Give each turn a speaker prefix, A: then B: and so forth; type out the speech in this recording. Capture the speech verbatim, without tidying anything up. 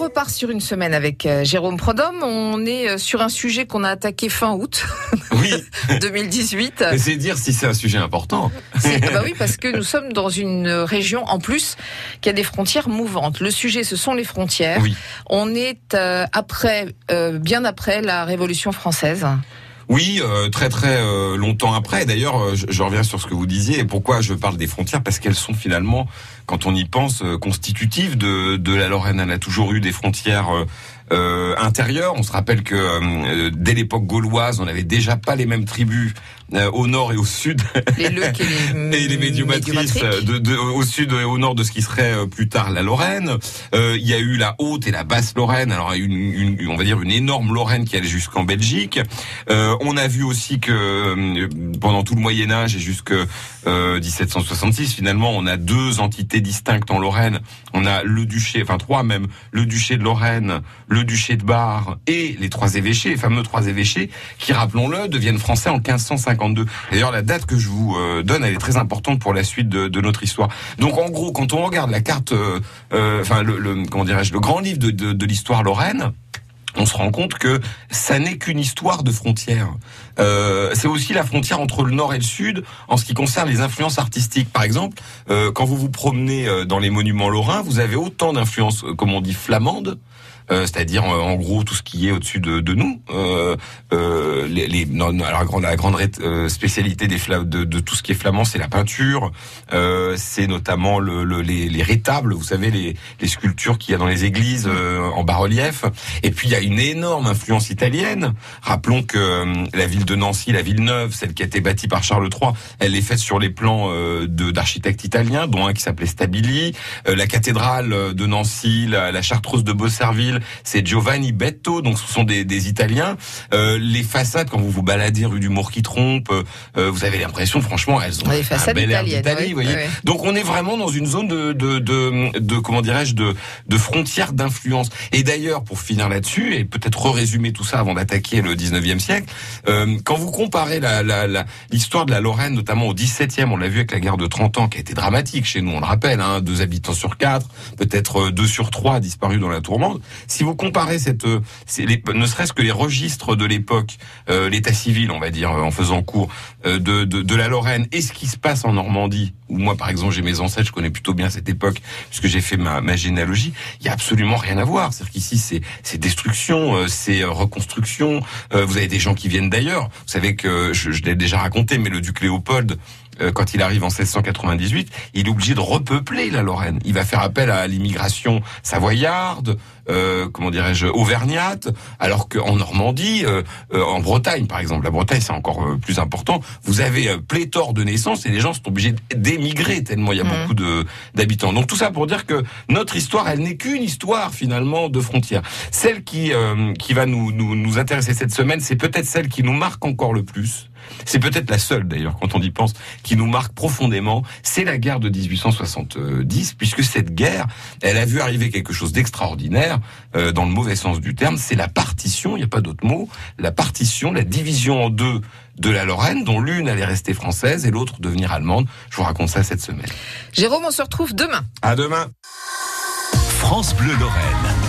A: repart sur une semaine avec euh, Jérôme Prodhomme. On est euh, sur un sujet qu'on a attaqué fin août
B: oui.
A: deux mille dix-huit.
B: C'est dire si c'est un sujet important.
A: C'est, bah oui, parce que nous sommes dans une région, en plus, qui a des frontières mouvantes. Le sujet, ce sont les frontières.
B: Oui.
A: On est euh, après, euh, bien après la Révolution française.
B: Oui, euh, très très euh, longtemps après. D'ailleurs, euh, je, je reviens sur ce que vous disiez. Et pourquoi je parle des frontières ? Parce qu'elles sont finalement, quand on y pense, euh, constitutives de, de la Lorraine. Elle a toujours eu des frontières euh, euh, intérieures. On se rappelle que euh, dès l'époque gauloise, on n'avait déjà pas les mêmes tribus euh, au nord et au sud.
A: Les Leucs et les,
B: et les médiomatrices de, de, au sud et au nord de ce qui serait euh, plus tard la Lorraine. Euh, il y a eu la haute et la basse Lorraine. Alors, il y a eu une, une, on va dire une énorme Lorraine qui allait jusqu'en Belgique. Euh, on a vu aussi que euh, pendant tout le Moyen-Âge et jusque euh, dix-sept cent soixante-six, finalement, on a deux entités distinctes en Lorraine. On a le duché, enfin trois même, le duché de Lorraine, le duché de Bar et les trois évêchés, les fameux trois évêchés, qui, rappelons-le, deviennent français en quinze cent cinquante-deux. D'ailleurs, la date que je vous euh, donne, elle est très importante pour la suite de, de notre histoire. Donc, en gros, quand on regarde la carte, euh, euh, enfin, le, le, comment dirais-je, le grand livre de, de, de l'histoire lorraine, on se rend compte que ça n'est qu'une histoire de frontières. Euh, c'est aussi la frontière entre le nord et le sud en ce qui concerne les influences artistiques. Par exemple, euh, quand vous vous promenez dans les monuments lorrains, vous avez autant d'influences, comme on dit, flamandes, Euh, c'est-à-dire euh, en gros tout ce qui est au-dessus de, de nous. Euh, euh, les, les, non, non, alors, la grande, la grande euh, spécialité des fla- de, de tout ce qui est flamand, c'est la peinture. Euh, c'est notamment le, le, les, les rétables, vous savez, les, les sculptures qu'il y a dans les églises euh, en bas-relief. Et puis il y a une énorme influence italienne. Rappelons que euh, la ville de Nancy, la ville neuve, celle qui a été bâtie par Charles trois, elle est faite sur les plans euh, de, d'architectes italiens, dont un qui s'appelait Stabili. Euh, la cathédrale de Nancy, la, la chartreuse de Beaucerville, c'est Giovanni Betto, donc ce sont des, des Italiens. Euh, les façades, quand vous vous baladez rue du Mour qui trompe, euh, vous avez l'impression, franchement, elles ont
A: les
B: un bel air d'Italie,
A: oui,
B: vous voyez.
A: Oui.
B: Donc on est vraiment dans une zone de, de, de, de comment dirais-je, de, de frontières d'influence. Et d'ailleurs, pour finir là-dessus, et peut-être résumer tout ça avant d'attaquer le dix-neuvième siècle, euh, quand vous comparez la, la, la, l'histoire de la Lorraine, notamment au dix-septième, on l'a vu avec la guerre de trente ans, qui a été dramatique chez nous, on le rappelle, hein, deux habitants sur quatre, peut-être deux sur trois disparus dans la tourmente. Si vous comparez cette, c'est les, ne serait-ce que les registres de l'époque, euh, l'état civil, on va dire, en faisant cours, euh, de, de, de la Lorraine et ce qui se passe en Normandie, où moi, par exemple, j'ai mes ancêtres, je connais plutôt bien cette époque, puisque j'ai fait ma, ma généalogie, il y a absolument rien à voir. C'est-à-dire qu'ici, c'est, c'est destruction, euh, c'est reconstruction, euh, vous avez des gens qui viennent d'ailleurs. Vous savez que, je, je l'ai déjà raconté, mais le duc Léopold, quand il arrive en seize cent quatre-vingt-dix-huit, il est obligé de repeupler la Lorraine. Il va faire appel à l'immigration savoyarde, euh, comment dirais-je, auvergnate, alors qu'en Normandie, euh, euh, en Bretagne par exemple, la Bretagne c'est encore euh, plus important, vous avez euh, pléthore de naissances et les gens sont obligés d'émigrer tellement il y a mmh. beaucoup de d'habitants. Donc tout ça pour dire que notre histoire, elle n'est qu'une histoire finalement de frontières. Celle qui euh, qui va nous, nous nous intéresser cette semaine, c'est peut-être celle qui nous marque encore le plus. C'est peut-être la seule, d'ailleurs, quand on y pense, qui nous marque profondément. C'est la guerre de dix-huit cent soixante-dix, puisque cette guerre, elle a vu arriver quelque chose d'extraordinaire, euh, dans le mauvais sens du terme. C'est la partition, il n'y a pas d'autre mot, la partition, la division en deux de la Lorraine, dont l'une allait rester française et l'autre devenir allemande. Je vous raconte ça cette semaine.
A: Jérôme, on se retrouve demain.
B: À demain.
C: France Bleu Lorraine.